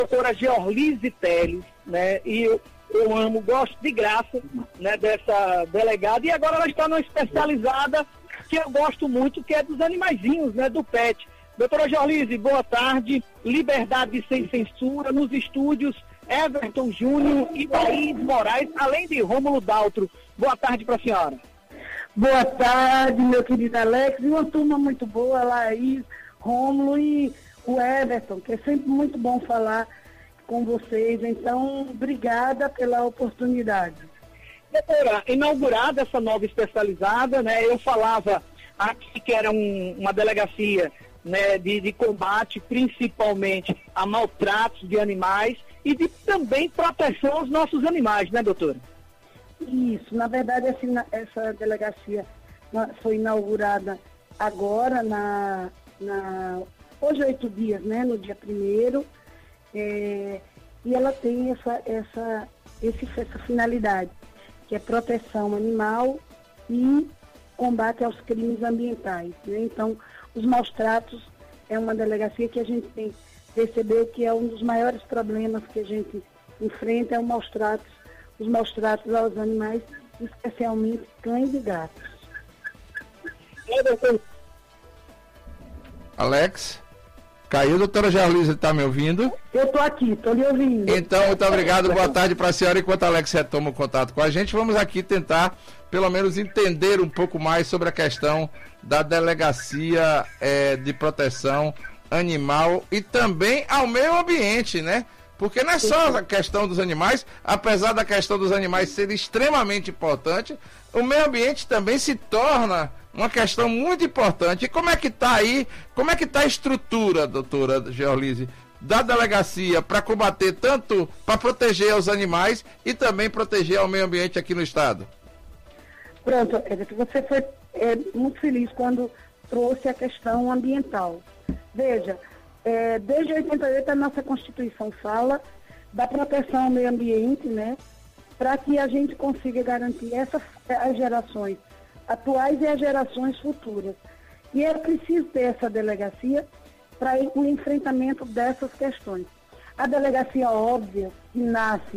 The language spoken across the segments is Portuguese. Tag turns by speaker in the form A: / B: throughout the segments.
A: doutora Georlise Teles, né? E eu amo, gosto de graça, né, dessa delegada. E agora ela está numa especializada que eu gosto muito, que é dos animaizinhos, né, do pet. Doutora Georlise, boa tarde. Liberdade sem censura nos estúdios Everton Júnior e Thaís Moraes, além de Rômulo Daltro. Boa tarde para a senhora.
B: Boa tarde, meu querido Alex. E uma turma muito boa, Laís, Rômulo e o Everton, que é sempre muito bom falar com vocês. Então, obrigada pela oportunidade.
A: Doutora, inaugurada essa nova especializada, né? Eu falava aqui que era uma delegacia, né, de combate principalmente a maltratos de animais e de também proteção aos nossos animais, né, doutora?
B: Isso, na verdade, assim, essa delegacia foi inaugurada agora, hoje 8 dias, né, no dia 1º, e ela tem essa finalidade, que é proteção animal e combate aos crimes ambientais, né? Então, os maus-tratos é uma delegacia que a gente percebeu que é um dos maiores problemas que a gente enfrenta, é os maus-tratos aos animais, especialmente cães e gatos.
C: Alex? Caiu, doutora Georlise, está me ouvindo?
B: Eu estou aqui, estou lhe ouvindo.
C: Então, muito obrigado, boa tarde para a senhora. Enquanto a Alex retoma o contato com a gente, vamos aqui tentar, pelo menos, entender um pouco mais sobre a questão da delegacia de proteção animal e também ao meio ambiente, né? Porque não é só a questão dos animais, apesar da questão dos animais ser extremamente importante, o meio ambiente também se torna uma questão muito importante. E como é que está aí, como é que está a estrutura, doutora Georlise, da delegacia para combater tanto, para proteger os animais e também proteger o meio ambiente aqui no estado?
B: Pronto, você foi muito feliz quando trouxe a questão ambiental. Veja, desde 88 a nossa Constituição fala da proteção ao meio ambiente, né? Para que a gente consiga garantir as gerações atuais e as gerações futuras. E é preciso ter essa delegacia para o enfrentamento dessas questões. A delegacia óbvia, que nasce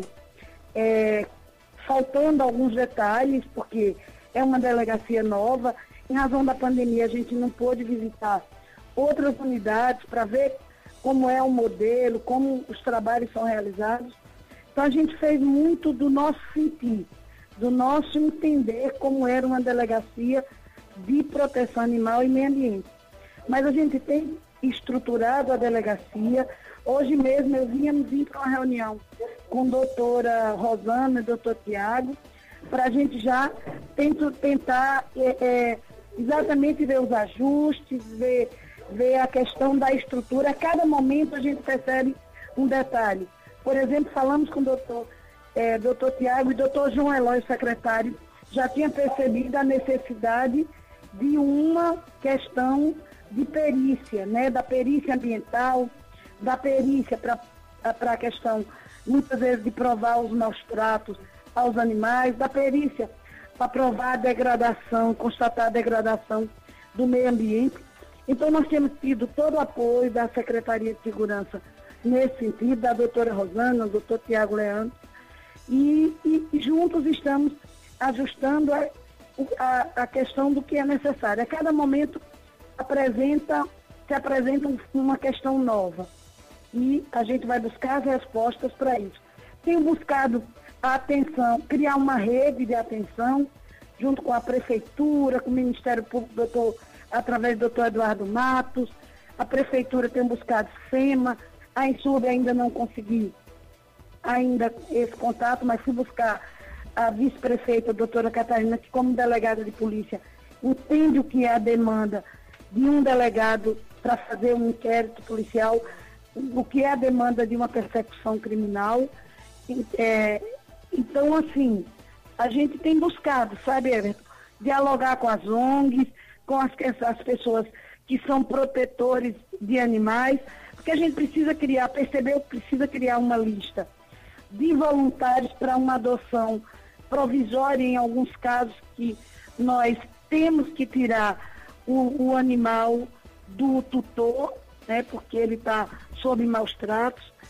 B: faltando alguns detalhes, porque é uma delegacia nova, em razão da pandemia a gente não pôde visitar outras unidades para ver como é o modelo, como os trabalhos são realizados. Então a gente fez muito do nosso sentir, do nosso entender como era uma delegacia de proteção animal e meio ambiente. Mas a gente tem estruturado a delegacia. Hoje mesmo eu vim para uma reunião com a doutora Rosana e o doutor Tiago, para a gente já tentar exatamente ver os ajustes, ver a questão da estrutura. A cada momento a gente percebe um detalhe. Por exemplo, falamos com o doutor Tiago e o doutor João Eloy, secretário, já tinha percebido a necessidade de uma questão de perícia, né? Da perícia ambiental, da perícia para a questão, muitas vezes, de provar os maus-tratos aos animais, da perícia para provar a degradação, constatar a degradação do meio ambiente. Então, nós temos tido todo o apoio da Secretaria de Segurança nesse sentido, da doutora Rosana, do doutor Tiago Leandro, e juntos estamos ajustando a questão do que é necessário. A cada momento se apresenta uma questão nova e a gente vai buscar as respostas para isso. Tenho buscado a atenção, criar uma rede de atenção junto com a Prefeitura, com o Ministério Público, através do doutor Eduardo Matos. A Prefeitura tem buscado SEMA, a Insurb ainda não consegui esse contato, mas fui buscar a vice-prefeita, a doutora Catarina, que como delegada de polícia entende o que é a demanda de um delegado para fazer um inquérito policial, o que é a demanda de uma persecução criminal. Então, assim, a gente tem buscado, sabe, Everton, dialogar com as ONGs, com as pessoas que são protetores de animais, porque a gente percebeu que precisa criar uma lista de voluntários para uma adoção provisória em alguns casos que nós temos que tirar o animal do tutor, né, porque ele está sob maus tratos.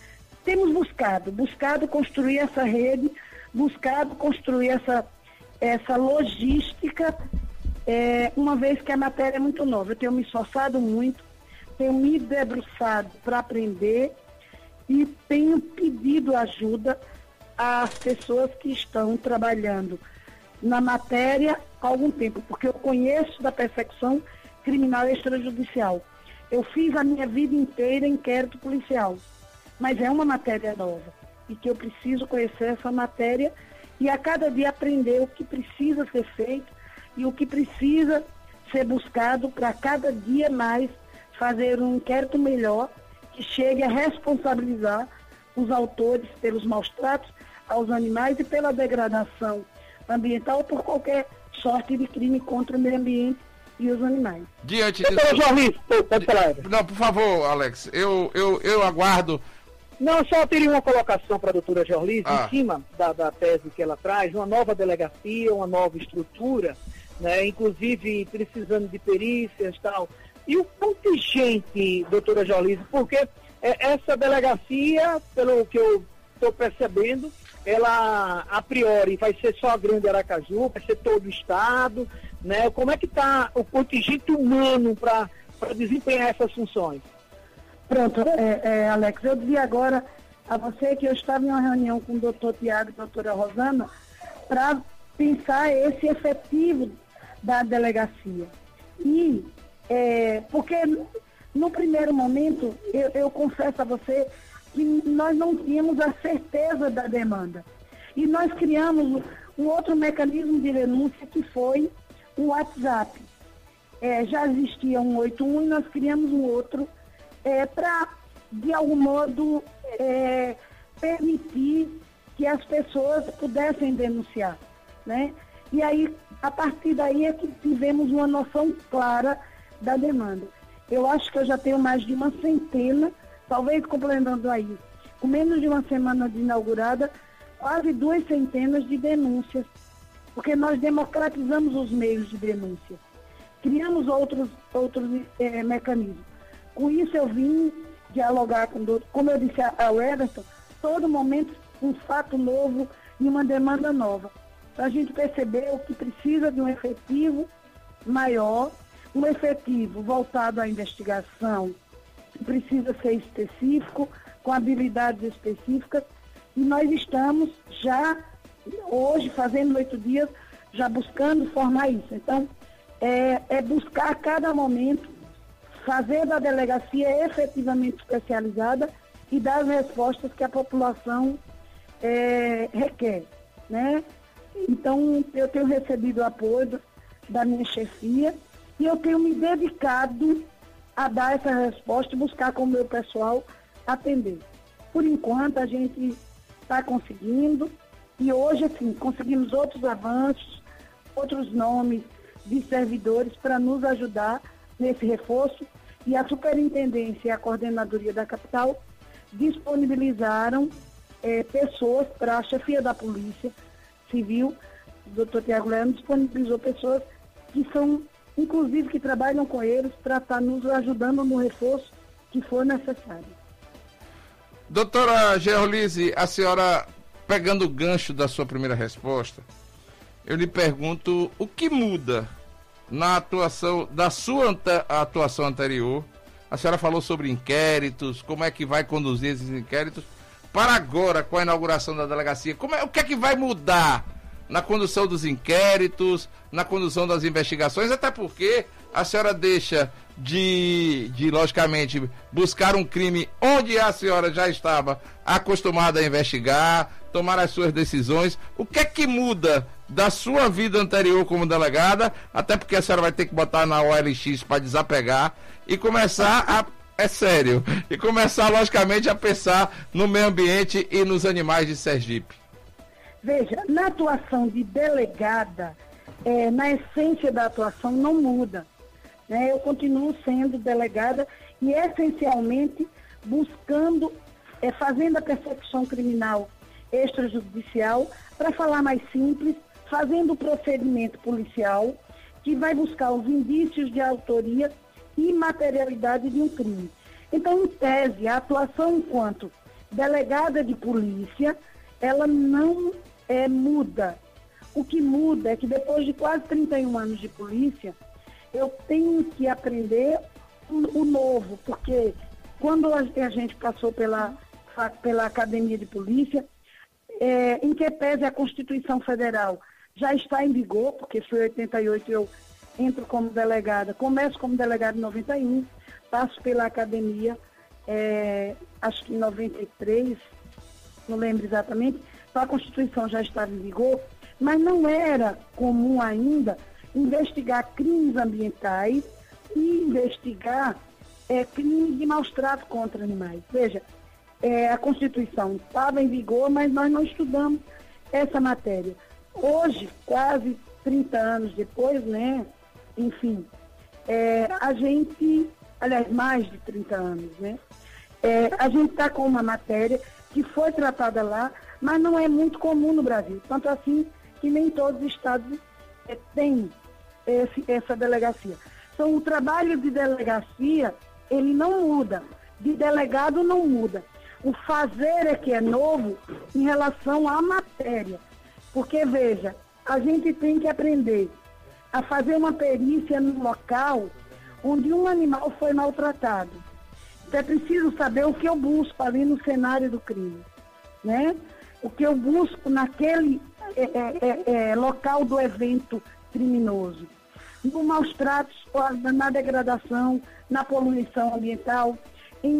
B: temos buscado construir essa rede, buscado construir essa logística, uma vez que a matéria é muito nova. Eu tenho me esforçado muito, tenho me debruçado para aprender e tenho pedido ajuda às pessoas que estão trabalhando na matéria há algum tempo, porque eu conheço da persecução criminal extrajudicial. Eu fiz a minha vida inteira inquérito policial, mas é uma matéria nova e que eu preciso conhecer essa matéria e a cada dia aprender o que precisa ser feito e o que precisa ser buscado para cada dia mais fazer um inquérito melhor que chegue a responsabilizar os autores pelos maus tratos aos animais e pela degradação ambiental ou por qualquer sorte de crime contra o meio ambiente e os animais.
C: Diante disso...
A: Pode falar.
C: Não, por favor, Alex, eu aguardo.
A: Não, só teria uma colocação para a doutora Jorlise, em cima da tese que ela traz, uma nova delegacia, uma nova estrutura, né, inclusive precisando de perícias e tal. E o contingente, doutora Jorlise, porque essa delegacia, pelo que eu estou percebendo, ela, a priori, vai ser só a Grande Aracaju, vai ser todo o estado, né? Como é que está o contingente humano para desempenhar essas funções?
B: Pronto, Alex, eu dizia agora a você que eu estava em uma reunião com o doutor Tiago e a doutora Rosana para pensar esse efetivo da delegacia. E, porque no primeiro momento, eu confesso a você que nós não tínhamos a certeza da demanda. E nós criamos um outro mecanismo de denúncia que foi o WhatsApp. Já existia um 81 e nós criamos um outro para, de algum modo, permitir que as pessoas pudessem denunciar, né? E aí, a partir daí é que tivemos uma noção clara da demanda. Eu acho que eu já tenho mais de uma centena, talvez complementando aí, com menos de uma semana de inaugurada, quase 200 de denúncias, porque nós democratizamos os meios de denúncia, criamos outros mecanismos. Com isso eu vim dialogar com outros, como eu disse ao Everton, todo momento um fato novo e uma demanda nova, para a gente perceber o que precisa de um efetivo maior, um efetivo voltado à investigação, que precisa ser específico, com habilidades específicas, e nós estamos já, hoje, fazendo 8 dias, já buscando formar isso. Então, buscar a cada momento, fazer da delegacia efetivamente especializada e dar as respostas que a população requer, né? Então, eu tenho recebido o apoio da minha chefia e eu tenho me dedicado a dar essa resposta e buscar com o meu pessoal atender. Por enquanto, a gente está conseguindo e hoje, assim, conseguimos outros avanços, outros nomes de servidores para nos ajudar nesse reforço e a superintendência e a coordenadoria da capital disponibilizaram pessoas para a chefia da Polícia Civil, o doutor Tiago Leão disponibilizou pessoas que são, inclusive, que trabalham com eles para estar nos ajudando no reforço que for necessário.
C: Doutora Georlise, a senhora, pegando o gancho da sua primeira resposta, eu lhe pergunto o que muda na atuação, da sua atuação anterior. A senhora falou sobre inquéritos, como é que vai conduzir esses inquéritos, para agora, com a inauguração da delegacia, o que é que vai mudar na condução dos inquéritos, na condução das investigações, até porque a senhora deixa de logicamente, buscar um crime onde a senhora já estava acostumada a investigar, tomar as suas decisões. O que é que muda da sua vida anterior como delegada, até porque a senhora vai ter que botar na OLX para desapegar e começar e começar, logicamente, a pensar no meio ambiente e nos animais de Sergipe?
B: Veja, na atuação de delegada, na essência da atuação não muda. Né? Eu continuo sendo delegada e essencialmente buscando, fazendo a persecução criminal extrajudicial, para falar mais simples, fazendo o procedimento policial que vai buscar os indícios de autoria e materialidade de um crime. Então, em tese, a atuação enquanto delegada de polícia, ela não muda. O que muda é que depois de quase 31 anos de polícia, eu tenho que aprender o novo, porque quando a gente passou pela Academia de Polícia, em que pese a Constituição Federal já está em vigor, porque foi em 88 eu entro como delegada, começo como delegada em 91, passo pela academia, acho que em 93, não lembro exatamente, então a Constituição já estava em vigor, mas não era comum ainda investigar crimes ambientais e investigar crimes de maus tratos contra animais. Veja, a Constituição estava em vigor, mas nós não estudamos essa matéria. Hoje, quase 30 anos depois, né? Enfim, a gente, aliás, mais de 30 anos, né? A gente está com uma matéria que foi tratada lá, mas não é muito comum no Brasil. Tanto assim que nem todos os estados têm essa delegacia. Então, o trabalho de delegacia, ele não muda. De delegado não muda. O fazer é que é novo em relação à matéria. Porque, veja, a gente tem que aprender a fazer uma perícia no local onde um animal foi maltratado. Então, é preciso saber o que eu busco ali no cenário do crime, né? O que eu busco naquele local do evento criminoso. No maus tratos, na degradação, na poluição ambiental, em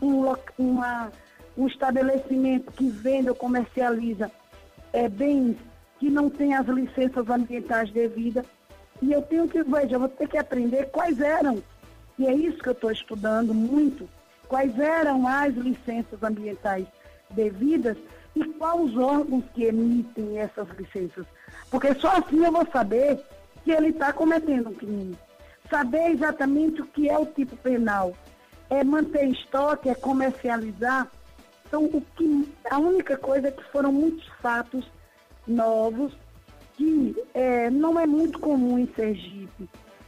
B: um estabelecimento que vende ou comercializa bens que não têm as licenças ambientais devidas. E eu vou ter que aprender quais eram, e é isso que eu estou estudando muito, quais eram as licenças ambientais devidas e quais os órgãos que emitem essas licenças. Porque só assim eu vou saber que ele está cometendo um crime. Saber exatamente o que é o tipo penal. É manter estoque, é comercializar. Então, a única coisa é que foram muitos fatos novos que não é muito comum em Sergipe.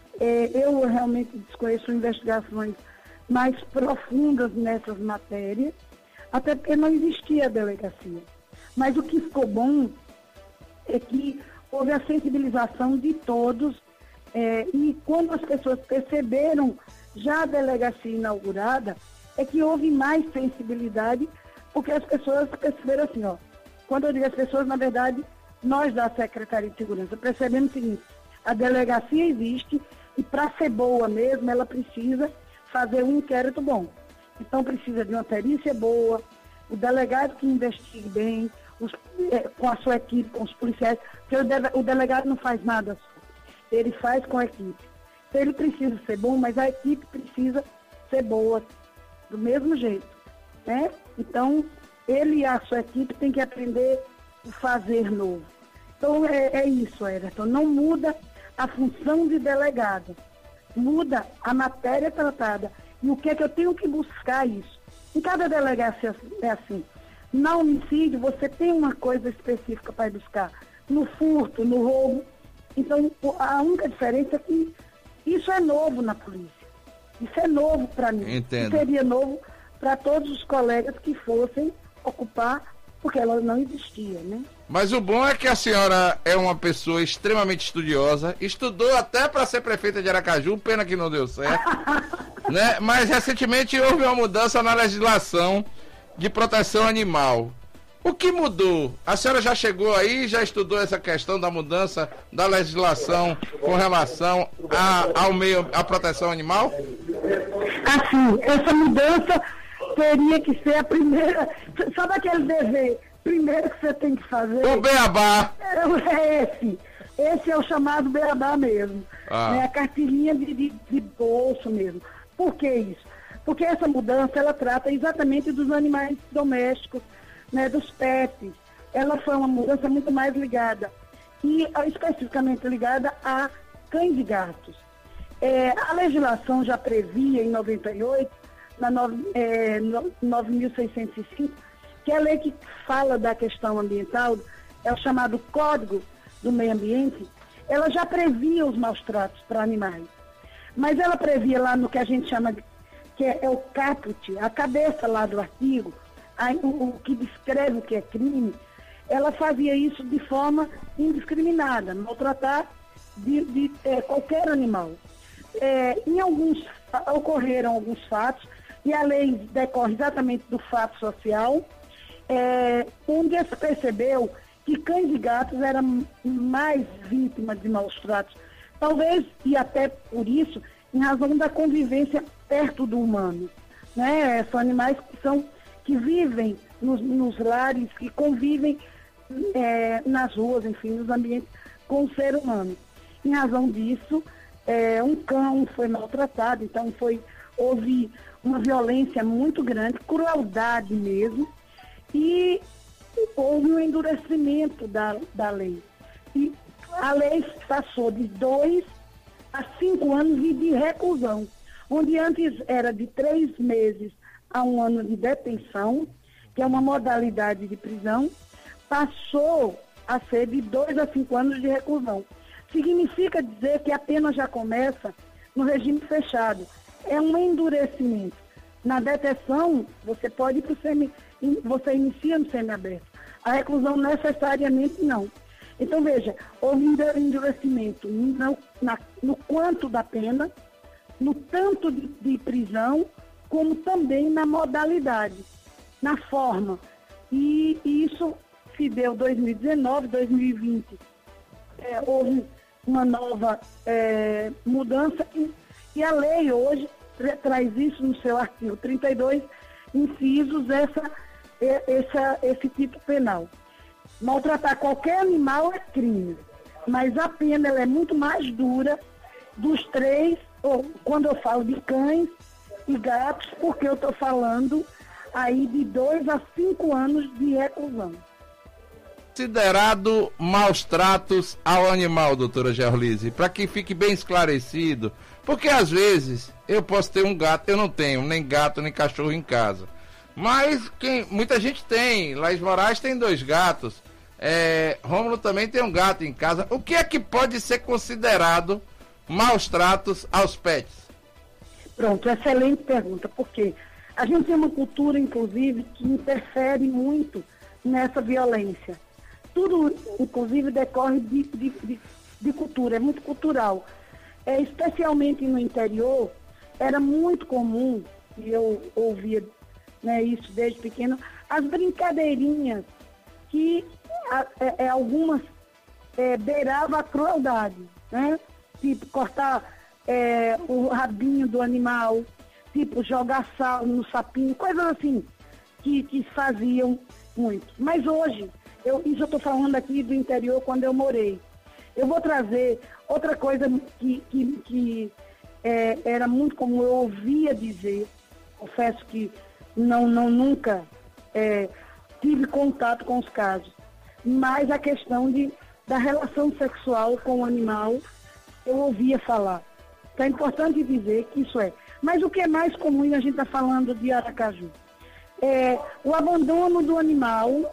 B: Eu realmente desconheço investigações mais profundas nessas matérias, até porque não existia a delegacia. Mas o que ficou bom é que houve a sensibilização de todos e quando as pessoas perceberam já a delegacia inaugurada, é que houve mais sensibilidade, porque as pessoas perceberam assim, quando eu digo as pessoas, na verdade, nós da Secretaria de Segurança percebemos o seguinte: a delegacia existe e para ser boa mesmo, ela precisa fazer um inquérito bom. Então precisa de uma perícia boa, o delegado que investigue bem, com a sua equipe, com os policiais, porque o delegado não faz nada só, ele faz com a equipe. Então ele precisa ser bom, mas a equipe precisa ser boa, do mesmo jeito, né? Então, ele e a sua equipe têm que aprender o fazer novo. Então, é isso, Everton. Não muda a função de delegado. Muda a matéria tratada. E o que é que eu tenho que buscar isso? Em cada delegacia é assim. No homicídio, você tem uma coisa específica para buscar. No furto, no roubo. Então, a única diferença é que isso é novo na polícia. Isso é novo para mim.
C: Entendo.
B: Isso seria novo para todos os colegas que fossem ocupar, porque ela não existia, né?
C: Mas o bom é que a senhora é uma pessoa extremamente estudiosa, estudou até para ser prefeita de Aracaju, pena que não deu certo, né? Mas recentemente houve uma mudança na legislação de proteção animal. O que mudou? A senhora já chegou aí, já estudou essa questão da mudança da legislação com relação à proteção animal?
B: Assim, essa mudança teria que ser a primeira. Sabe aquele dever primeiro que você tem que fazer?
C: O beabá.
B: É esse. Esse é o chamado beabá mesmo. É a carteirinha de bolso mesmo. Por que isso? Porque essa mudança, ela trata exatamente dos animais domésticos, né, dos pets. Ela foi uma mudança muito mais ligada, e especificamente ligada a cães e gatos. A legislação já previa, em 98, na 9.605, que é a lei que fala da questão ambiental, é o chamado Código do Meio Ambiente, ela já previa os maus tratos para animais. Mas ela previa lá no que a gente chama de, que é o caput, a cabeça lá do artigo, o que descreve o que é crime, ela fazia isso de forma indiscriminada, maltratar de qualquer animal. Ocorreram alguns fatos, e a lei decorre exatamente do fato social, onde se percebeu que cães e gatos eram mais vítimas de maus tratos. Talvez, e até por isso, em razão da convivência perto do humano. Né? São animais que vivem nos lares, que convivem nas ruas, enfim, nos ambientes com o ser humano. Em razão disso, um cão foi maltratado, então houve uma violência muito grande, crueldade mesmo, e houve um endurecimento da lei. E a lei passou de 2 a 5 anos de reclusão, onde antes era de 3 meses a 1 ano de detenção, que é uma modalidade de prisão, passou a ser de 2 a 5 anos de reclusão. Significa dizer que a pena já começa no regime fechado. É um endurecimento. Na detenção, você pode ir para você inicia no semiaberto. A reclusão necessariamente não. Então, veja, houve endurecimento no quanto da pena, no tanto de prisão, como também na modalidade, na forma. E isso se deu em 2019, 2020. Houve uma nova mudança e a lei hoje traz isso no seu artigo 32, incisos, esse tipo penal. Maltratar qualquer animal é crime, mas a pena ela é muito mais dura dos 3, ou quando eu falo de cães e gatos, porque eu estou falando aí de 2 a 5 anos de reclusão.
C: Considerado maus tratos ao animal, doutora Gerlise, para que fique bem esclarecido, porque às vezes eu posso ter um gato, eu não tenho nem gato nem cachorro em casa, mas muita gente tem. Laís Moraes tem 2 gatos, Rômulo também tem um gato em casa. O que é que pode ser considerado maus tratos aos pets?
B: Pronto, excelente pergunta, porque a gente tem uma cultura, inclusive, que interfere muito nessa violência. Tudo, inclusive, decorre de cultura, é muito cultural. Especialmente no interior, era muito comum, e eu ouvia isso desde pequeno, as brincadeirinhas que algumas beiravam a crueldade, né? Tipo, cortar o rabinho do animal, tipo, jogar sal no sapinho, coisas assim, que faziam muito. Mas hoje, isso eu estou falando aqui do interior quando eu morei. Eu vou trazer outra coisa que era muito comum, eu ouvia dizer, confesso que nunca tive contato com os casos, mas a questão da relação sexual com o animal, eu ouvia falar. Então é importante dizer que isso é. Mas o que é mais comum, e a gente está falando de Aracaju, o abandono do animal,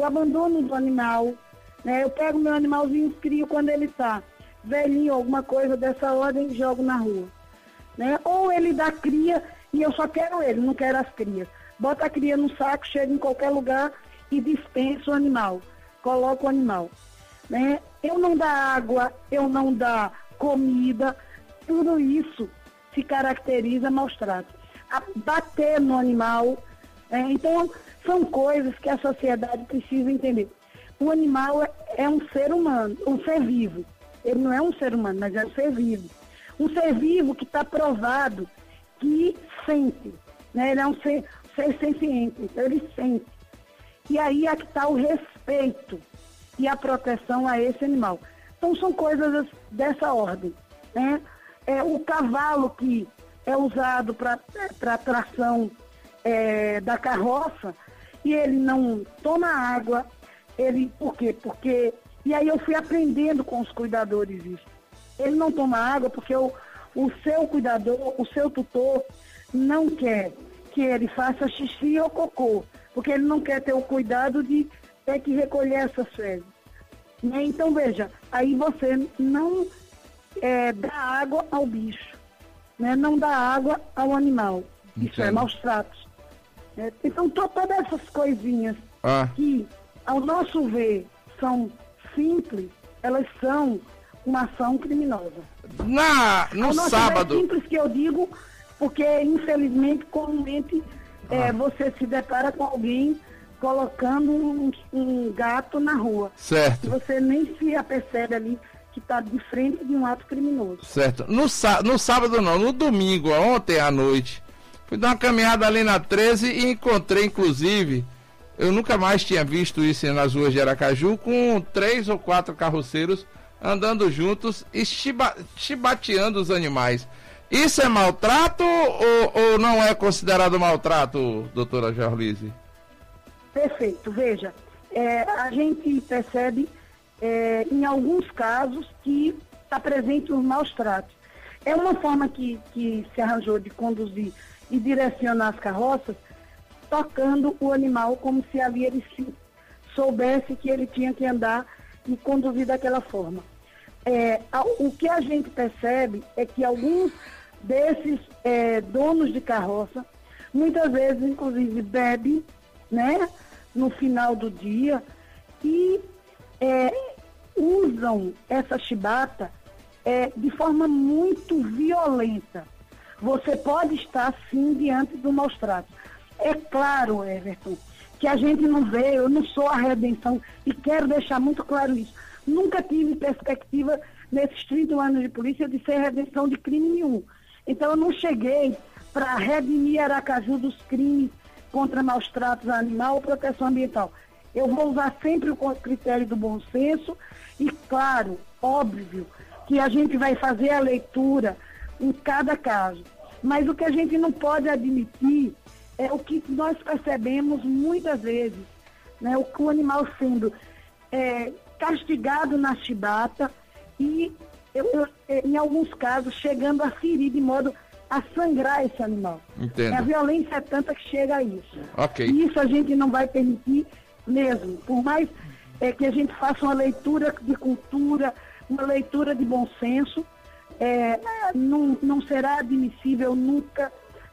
B: né? Eu pego meu animalzinho, crio quando ele está velhinho, alguma coisa dessa ordem, e jogo na rua. Né? Ou ele dá cria e eu só quero ele, não quero as crias. Bota a cria no saco, chega em qualquer lugar e dispensa o animal, coloca o animal. Né? Eu não dá água, eu não dá comida, tudo isso se caracteriza maus tratos. Bater no animal, então são coisas que a sociedade precisa entender. O animal é um ser humano, um ser vivo. Ele não é um ser humano, mas é um ser vivo. Um ser vivo que está provado que sente. Né? Ele é um ser senciente, então ele sente. E aí é que está o respeito e a proteção a esse animal. Então são coisas dessa ordem. Né? O cavalo que é usado para tração da carroça, e ele não toma água, por quê? Porque, e aí eu fui aprendendo com os cuidadores isso. Ele não toma água porque o seu cuidador, o seu tutor, não quer que ele faça xixi ou cocô, porque ele não quer ter o cuidado de ter que recolher essas fezes. Né? Então, veja, aí você não dá água ao bicho, né? Não dá água ao animal. Isso é maus tratos. Então, todas essas coisinhas
C: Ah.
B: que, ao nosso ver, são simples, elas são uma ação criminosa.
C: No
B: Ao nosso
C: sábado.
B: ver, é simples que eu digo, porque, infelizmente, comumente, você se depara com alguém colocando um gato na rua. E
C: Certo,
B: você nem se apercebe ali que está de frente de um ato criminoso.
C: certo. No sábado não, no domingo, ontem à noite, fui dar uma caminhada ali na 13 e encontrei, inclusive, eu nunca mais tinha visto isso nas ruas de Aracaju, com 3 ou 4 carroceiros andando juntos e chibateando os animais. Isso é maltrato ou não é considerado maltrato, doutora Georlise?
B: Perfeito. Veja, a gente percebe em alguns casos que está presente os maus tratos. É uma forma que se arranjou de conduzir e direcionar as carroças, tocando o animal como se ali ele soubesse que ele tinha que andar e conduzir daquela forma. O que a gente percebe é que alguns desses donos de carroça, muitas vezes, inclusive, bebem, né, no final do dia e usam essa chibata de forma muito violenta. Você pode estar, sim, diante do maus tratos. É claro, Everton, que a gente não vê, eu não sou a redenção e quero deixar muito claro isso. Nunca tive perspectiva, nesses 30 anos de polícia, de ser redenção de crime nenhum. Então, eu não cheguei para redimir Aracaju dos crimes contra maus tratos a animal ou proteção ambiental. Eu vou usar sempre o critério do bom senso e, claro, óbvio, que a gente vai fazer a leitura em cada caso. Mas o que a gente não pode admitir é o que nós percebemos muitas vezes, né? O animal sendo castigado na chibata e, em alguns casos, chegando a ferir de modo a sangrar esse animal.
C: Entendo.
B: A violência é tanta que chega a isso.
C: Ok.
B: E isso a gente não vai permitir mesmo. Por mais que a gente faça uma leitura de cultura, uma leitura de bom senso, não será admissível nunca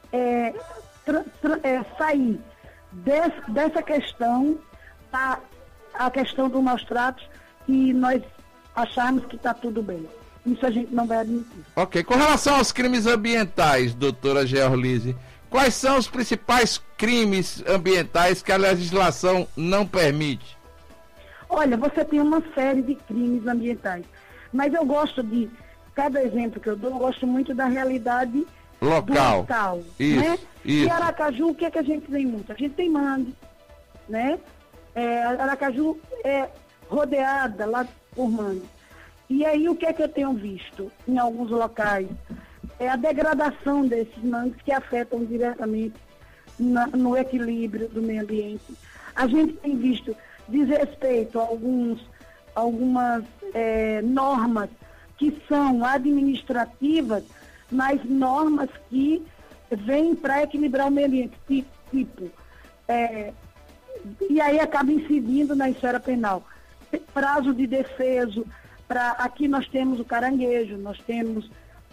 B: sair dessa questão a questão dos maus tratos e nós acharmos que está tudo bem. Isso a gente não vai admitir.
C: Ok. Com relação aos crimes ambientais, doutora Georlise, quais são os principais crimes ambientais que a legislação não permite?
B: Olha, você tem uma série de crimes ambientais, mas eu gosto de, cada exemplo que eu dou, eu gosto muito da realidade
C: Local. Isso,
B: né?
C: isso.
B: E Aracaju, o que é que a gente tem muito? A gente tem mangue, né? Aracaju é rodeada lá por mangue. E aí o que é que eu tenho visto em alguns locais? É a degradação desses mangues que afetam diretamente no equilíbrio do meio ambiente. A gente tem visto desrespeito a algumas normas que são administrativas, mas normas que vêm para equilibrar o meio ambiente, e aí acaba incidindo na esfera penal. Prazo de defeso, aqui nós temos o caranguejo, nós temos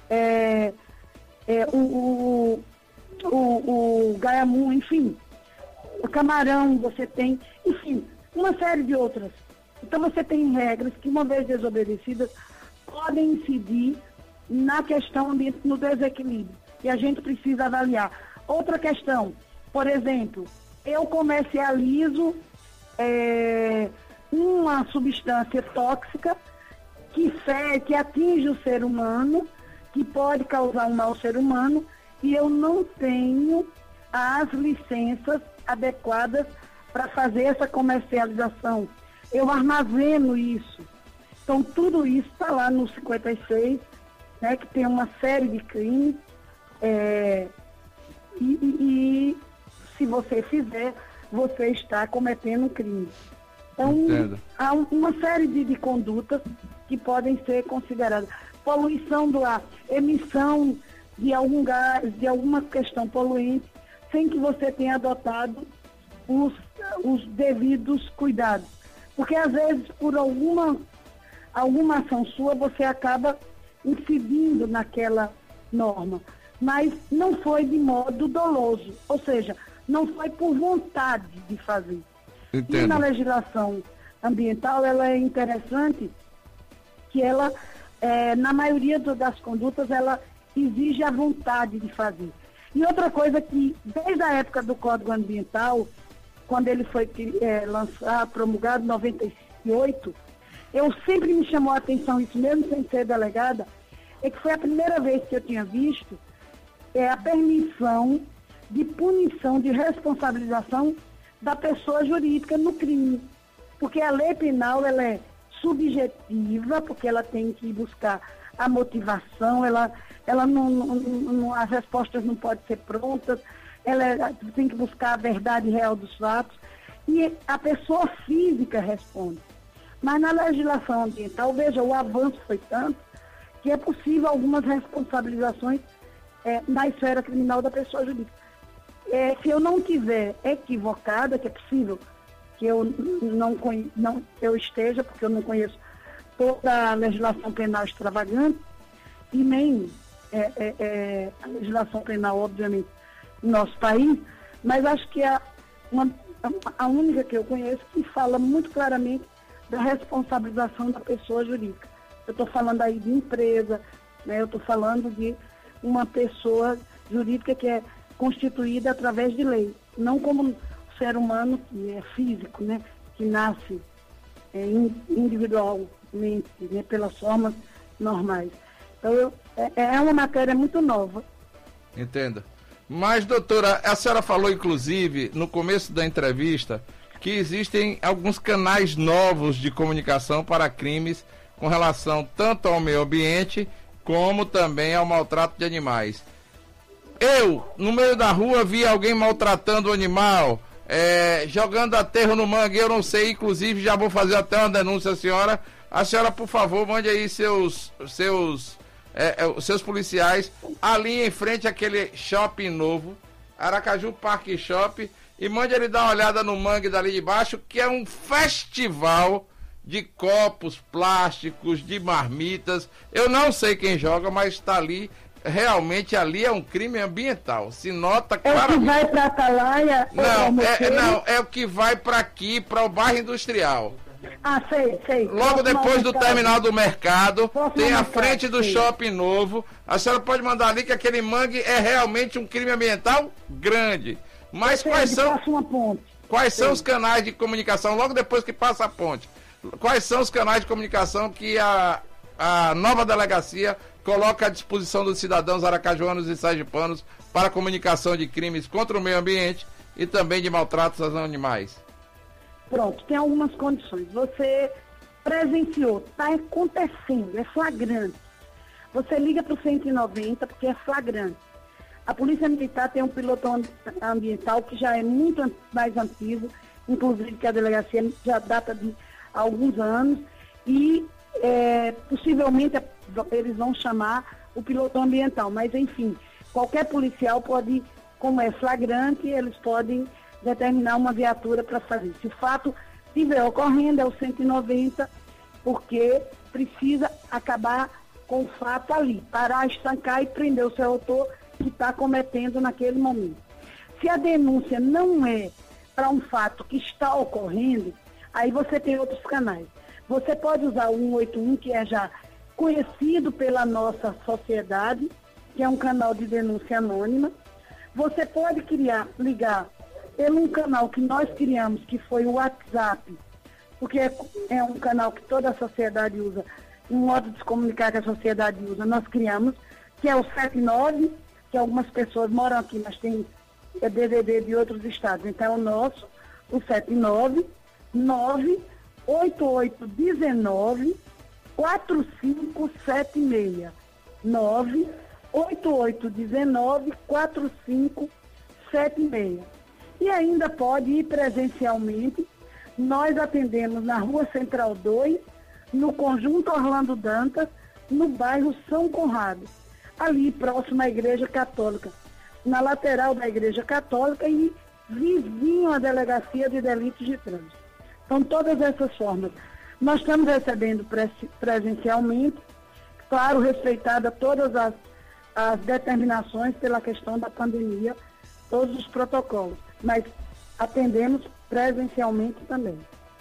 B: o gaiamu, enfim, o camarão, você tem, enfim, uma série de outras. Então você tem regras que, uma vez desobedecidas, podem incidir na questão ambiente, no desequilíbrio, e a gente precisa avaliar. Outra questão, por exemplo, eu comercializo uma substância tóxica que atinge o ser humano, que pode causar um mal ao ser humano, e eu não tenho as licenças adequadas para fazer essa comercialização. Eu armazeno isso. Então, tudo isso está lá no 56, né, que tem uma série de crimes, e se você fizer, você está cometendo um crime. Então,
C: Entendo.
B: há uma série de condutas que podem ser consideradas. Poluição do ar, emissão de algum gás, de alguma questão poluente, sem que você tenha adotado os devidos cuidados. Porque, às vezes, por alguma ação sua, você acaba incidindo naquela norma. Mas não foi de modo doloso. Ou seja, não foi por vontade de fazer.
C: Entendo.
B: E na legislação ambiental, ela é interessante que ela, na maioria das condutas, ela exige a vontade de fazer. E outra coisa que, desde a época do Código Ambiental, quando ele foi promulgado em 98, eu sempre me chamou a atenção, isso mesmo sem ser delegada, é que foi a primeira vez que eu tinha visto a permissão de punição, de responsabilização da pessoa jurídica no crime. Porque a lei penal, ela é subjetiva, porque ela tem que buscar a motivação, ela não, as respostas não podem ser prontas, ela tem que buscar a verdade real dos fatos, e a pessoa física responde. Mas na legislação ambiental, veja, o avanço foi tanto que é possível algumas responsabilizações na esfera criminal da pessoa jurídica. Se eu não tiver equivocada, que é possível que eu eu esteja, porque eu não conheço toda a legislação penal extravagante, e nem a legislação penal, obviamente, no nosso país, mas acho que a única que eu conheço que fala muito claramente da responsabilização da pessoa jurídica. Eu estou falando aí de empresa, né? Eu estou falando de uma pessoa jurídica que é constituída através de lei, não como um ser humano que é físico, né? Que nasce individualmente, né? Pelas formas normais. Então, é uma matéria muito nova.
C: Entenda. Mas, doutora, a senhora falou, inclusive, no começo da entrevista, que existem alguns canais novos de comunicação para crimes com relação tanto ao meio ambiente como também ao maltrato de animais. Eu, no meio da rua, vi alguém maltratando o animal, jogando aterro no mangue, eu não sei, inclusive já vou fazer até uma denúncia à senhora. A senhora, por favor, mande aí seus policiais ali em frente àquele shopping novo, Aracaju Park Shop, e mande ele dar uma olhada no mangue dali de baixo, que é um festival de copos plásticos, de marmitas. Eu não sei quem joga, mas está ali. Realmente ali é um crime ambiental. Se nota claramente. É o que
B: vai para Atalaia?
C: Não, é o que vai para aqui, para o bairro industrial.
B: Ah, sei.
C: Logo depois do terminal do mercado, tem a frente do shopping novo. A senhora pode mandar ali que aquele mangue é realmente um crime ambiental grande. Mas quais são os canais de comunicação, logo depois que passa a ponte? Quais são os canais de comunicação que a nova delegacia coloca à disposição dos cidadãos aracajuanos e sergipanos para a comunicação de crimes contra o meio ambiente e também de maltratos aos animais?
B: Pronto, tem algumas condições. Você presenciou, está acontecendo, é flagrante. Você liga para o 190 porque é flagrante. A Polícia Militar tem um pilotão ambiental que já é muito mais antigo, inclusive que a delegacia já data de alguns anos, e possivelmente eles vão chamar o pilotão ambiental, mas enfim, qualquer policial pode, como é flagrante, eles podem determinar uma viatura para fazer. Se o fato estiver ocorrendo, é o 190, porque precisa acabar com o fato ali, parar, estancar e prender o seu autor que está cometendo naquele momento. Se a denúncia não é para um fato que está ocorrendo, aí você tem outros canais. Você pode usar o 181, que é já conhecido pela nossa sociedade, que é um canal de denúncia anônima. Você pode ligar pelo um canal que nós criamos, que foi o WhatsApp, porque é um canal que toda a sociedade usa, um modo de se comunicar que a sociedade usa, nós criamos, que é o 79, que algumas pessoas moram aqui, mas tem DDD de outros estados. Então é o nosso, o 79 98819 4576. 98819 4576. E ainda pode ir presencialmente. Nós atendemos na Rua Central 2, no Conjunto Orlando Dantas, no bairro São Conrado, ali próximo à Igreja Católica, na lateral da Igreja Católica e vizinho à Delegacia de Delitos de Trânsito. Então, todas essas formas. Nós estamos recebendo presencialmente, claro, respeitada todas as determinações pela questão da pandemia, todos os protocolos. mas atendemos presencialmente também.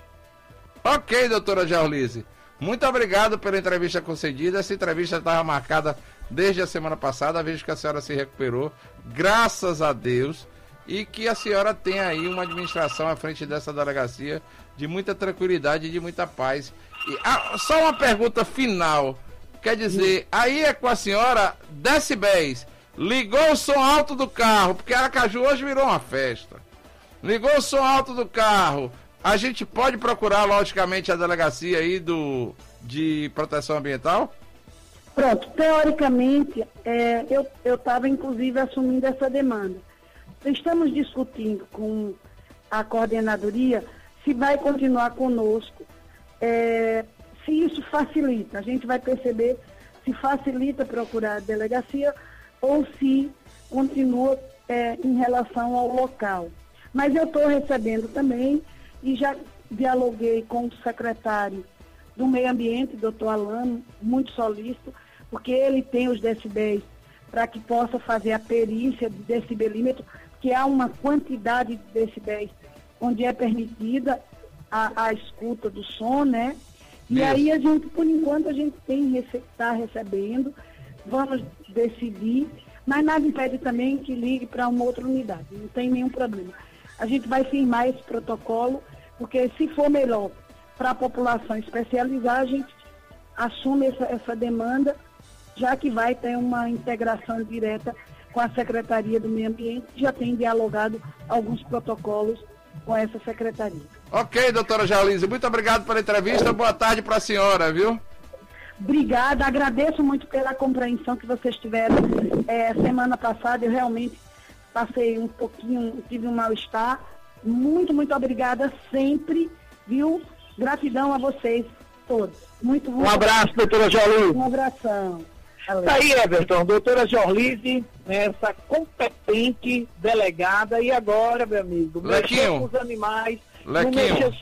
C: Ok, doutora Georlise. Muito obrigado pela entrevista concedida. Essa entrevista estava marcada desde a semana passada. Vejo que a senhora se recuperou, graças a Deus, e que a senhora tem aí uma administração à frente dessa delegacia de muita tranquilidade e de muita paz. E, só uma pergunta final. Quer dizer, aí é com a senhora decibéis. Ligou o som alto do carro, porque Aracaju hoje virou uma festa. Ligou o som alto do carro. A gente pode procurar, logicamente, a delegacia aí de proteção ambiental?
B: Pronto, teoricamente, eu estava, inclusive, assumindo essa demanda. Estamos discutindo com a coordenadoria se vai continuar conosco, se isso facilita. A gente vai perceber se facilita procurar a delegacia ou se continua em relação ao local. Mas eu estou recebendo também e já dialoguei com o secretário do Meio Ambiente, doutor Alano, muito solícito, porque ele tem os decibéis para que possa fazer a perícia de decibelímetro, que há uma quantidade de decibéis onde é permitida a escuta do som, né? E
C: Isso.
B: aí a gente, por enquanto, a gente está recebendo, vamos decidir, mas nada impede também que ligue para uma outra unidade, não tem nenhum problema. A gente vai firmar esse protocolo, porque se for melhor para a população especializar, a gente assume essa demanda, já que vai ter uma integração direta com a Secretaria do Meio Ambiente, que já tem dialogado alguns protocolos com essa secretaria.
C: Ok, doutora Georlise, muito obrigado pela entrevista. Boa tarde para a senhora, viu?
B: Obrigada, agradeço muito pela compreensão que vocês tiveram semana passada. Eu realmente passei um pouquinho, tive um mal-estar. Muito, muito obrigada sempre, viu? Gratidão a vocês todos. Muito, muito.
A: Um abraço, doutora Georlise.
B: Um abração.
A: Tá aí, Everton, doutora Georlise, essa competente delegada, e agora, meu amigo, mexer com os animais, não mexer